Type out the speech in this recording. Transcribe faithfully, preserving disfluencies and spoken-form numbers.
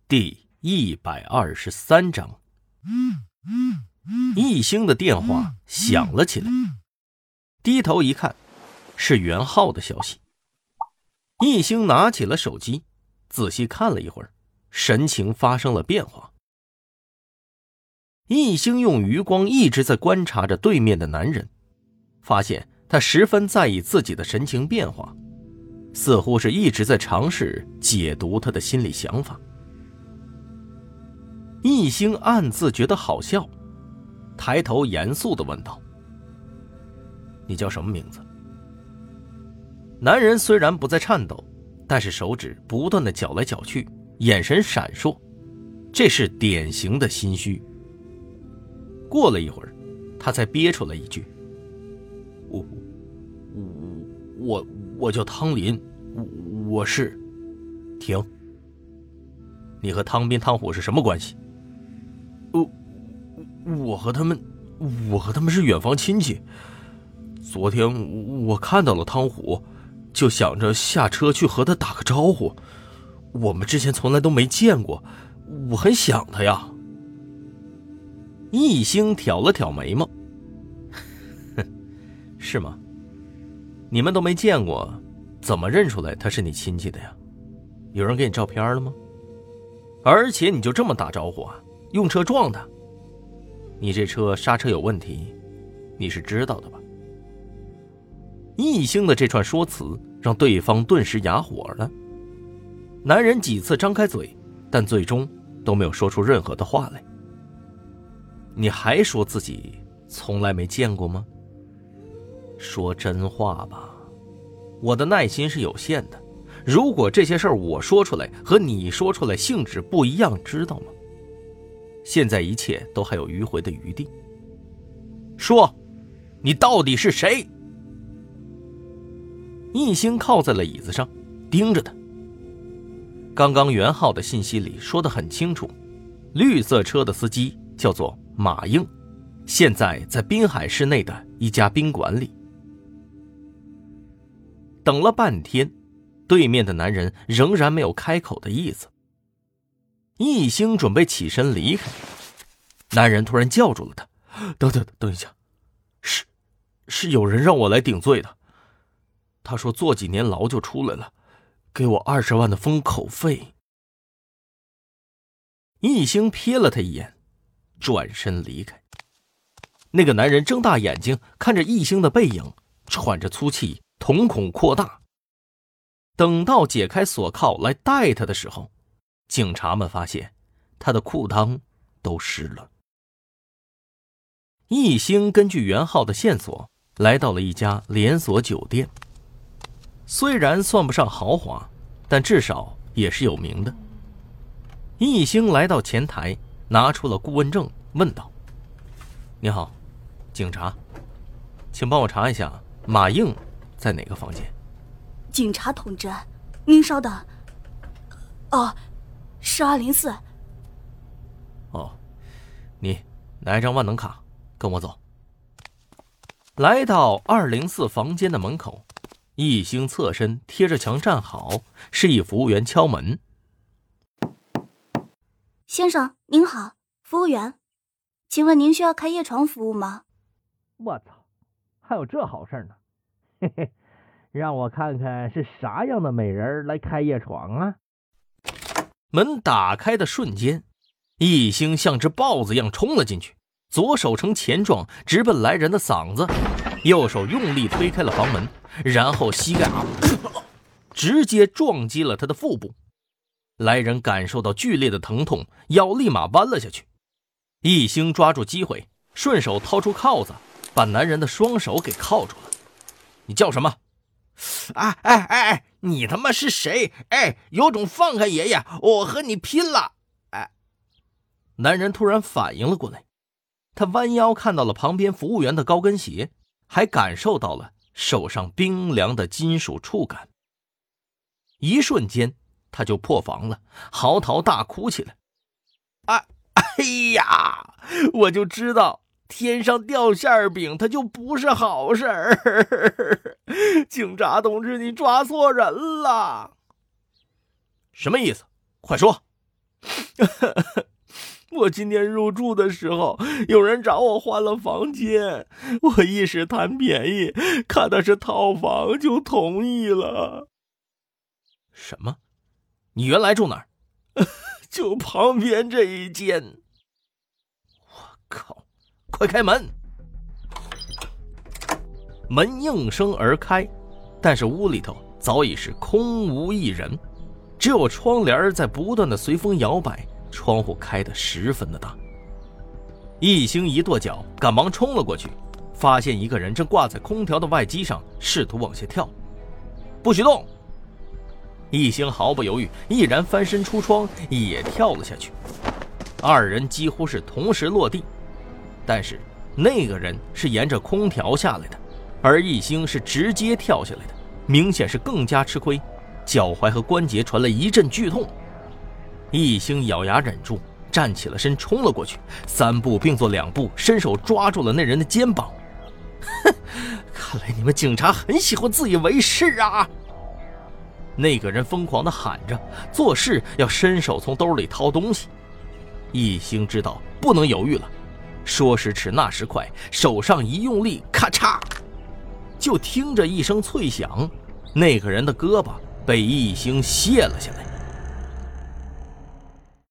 第一百二十三章。易兴的电话响了起来，低头一看，是袁浩的消息。易兴拿起了手机，仔细看了一会儿，神情发生了变化。易兴用余光一直在观察着对面的男人，发现他十分在意自己的神情变化，似乎是一直在尝试解读他的心理想法。易兴暗自觉得好笑，抬头严肃地问道：你叫什么名字？男人虽然不再颤抖，但是手指不断地搅来搅去，眼神闪烁，这是典型的心虚。过了一会儿，他才憋出了一句：我我我叫汤林，我是……停！你和汤斌、汤虎是什么关系？我我和他们，我和他们是远房亲戚。昨天我看到了汤虎，就想着下车去和他打个招呼。我们之前从来都没见过，我很想他呀。易兴挑了挑眉毛，是吗？你们都没见过，怎么认出来他是你亲戚的呀？有人给你照片了吗？而且你就这么打招呼啊？用车撞他？你这车刹车有问题，你是知道的吧？易兴的这串说辞让对方顿时哑火了。男人几次张开嘴，但最终都没有说出任何的话来。你还说自己从来没见过吗？说真话吧，我的耐心是有限的。如果这些事儿我说出来和你说出来性质不一样，知道吗？现在一切都还有迂回的余地。说，你到底是谁？易兴靠在了椅子上，盯着他。刚刚袁浩的信息里说得很清楚，绿色车的司机叫做马应，现在在滨海市内的一家宾馆里。等了半天，对面的男人仍然没有开口的意思。易兴准备起身离开，男人突然叫住了他：等等等一下，是是有人让我来顶罪的，他说坐几年牢就出来了，给我二十万的封口费。易兴瞥了他一眼，转身离开。那个男人睁大眼睛看着易兴的背影，喘着粗气，瞳孔扩大。等到解开锁铐来带他的时候，警察们发现他的裤裆都湿了。易兴根据袁浩的线索来到了一家连锁酒店，虽然算不上豪华，但至少也是有名的。易兴来到前台，拿出了顾问证，问道：你好，警察，请帮我查一下马应在哪个房间？ 警察同志，您稍等。哦，是二零四。 哦，你拿一张万能卡，跟我走。来到二零四房间的门口，易兴侧身贴着墙站好，示意服务员敲门。 先生您好，服务员，请问您需要开夜床服务吗？ 我操，还有这好事呢！嘿嘿，让我看看是啥样的美人来开夜床啊！ 门打开的瞬间，易兴像只豹子一样冲了进去，左手呈前状直奔来人的嗓子，右手用力推开了房门，然后膝盖啊，直接撞击了他的腹部。来人感受到剧烈的疼痛，腰立马弯了下去。易兴抓住机会，顺手掏出铐子，把男人的双手给铐住了。你叫什么？ 哎哎哎，你他妈是谁？哎，有种放开爷爷，我和你拼了！哎， 男人突然反应了过来，他弯腰看到了旁边服务员的高跟鞋，还感受到了手上冰凉的金属触感。一瞬间，他就破防了，嚎啕大哭起来。 啊，哎呀，我就知道天上掉馅饼它就不是好事儿。警察同志，你抓错人了。 什么意思？快说。 我今天入住的时候，有人找我换了房间，我一时贪便宜，看的是套房就同意了。 什么？你原来住哪儿？ 就旁边这一间。 我靠！快开门！门应声而开，但是屋里头早已是空无一人，只有窗帘在不断的随风摇摆，窗户开得十分的大。一星一跺脚，赶忙冲了过去，发现一个人正挂在空调的外机上，试图往下跳。不许动！一星毫不犹豫，毅然翻身出窗，也跳了下去。二人几乎是同时落地，但是那个人是沿着空调下来的，而一星是直接跳下来的，明显是更加吃亏，脚踝和关节传来一阵剧痛。一星咬牙忍住，站起了身，冲了过去，三步并作两步，伸手抓住了那人的肩膀。哼，看来你们警察很喜欢自以为是啊！那个人疯狂地喊着，做事要伸手从兜里掏东西。一星知道不能犹豫了，说时迟那时快，手上一用力，咔嚓，就听着一声脆响，那个人的胳膊被一星卸了下来。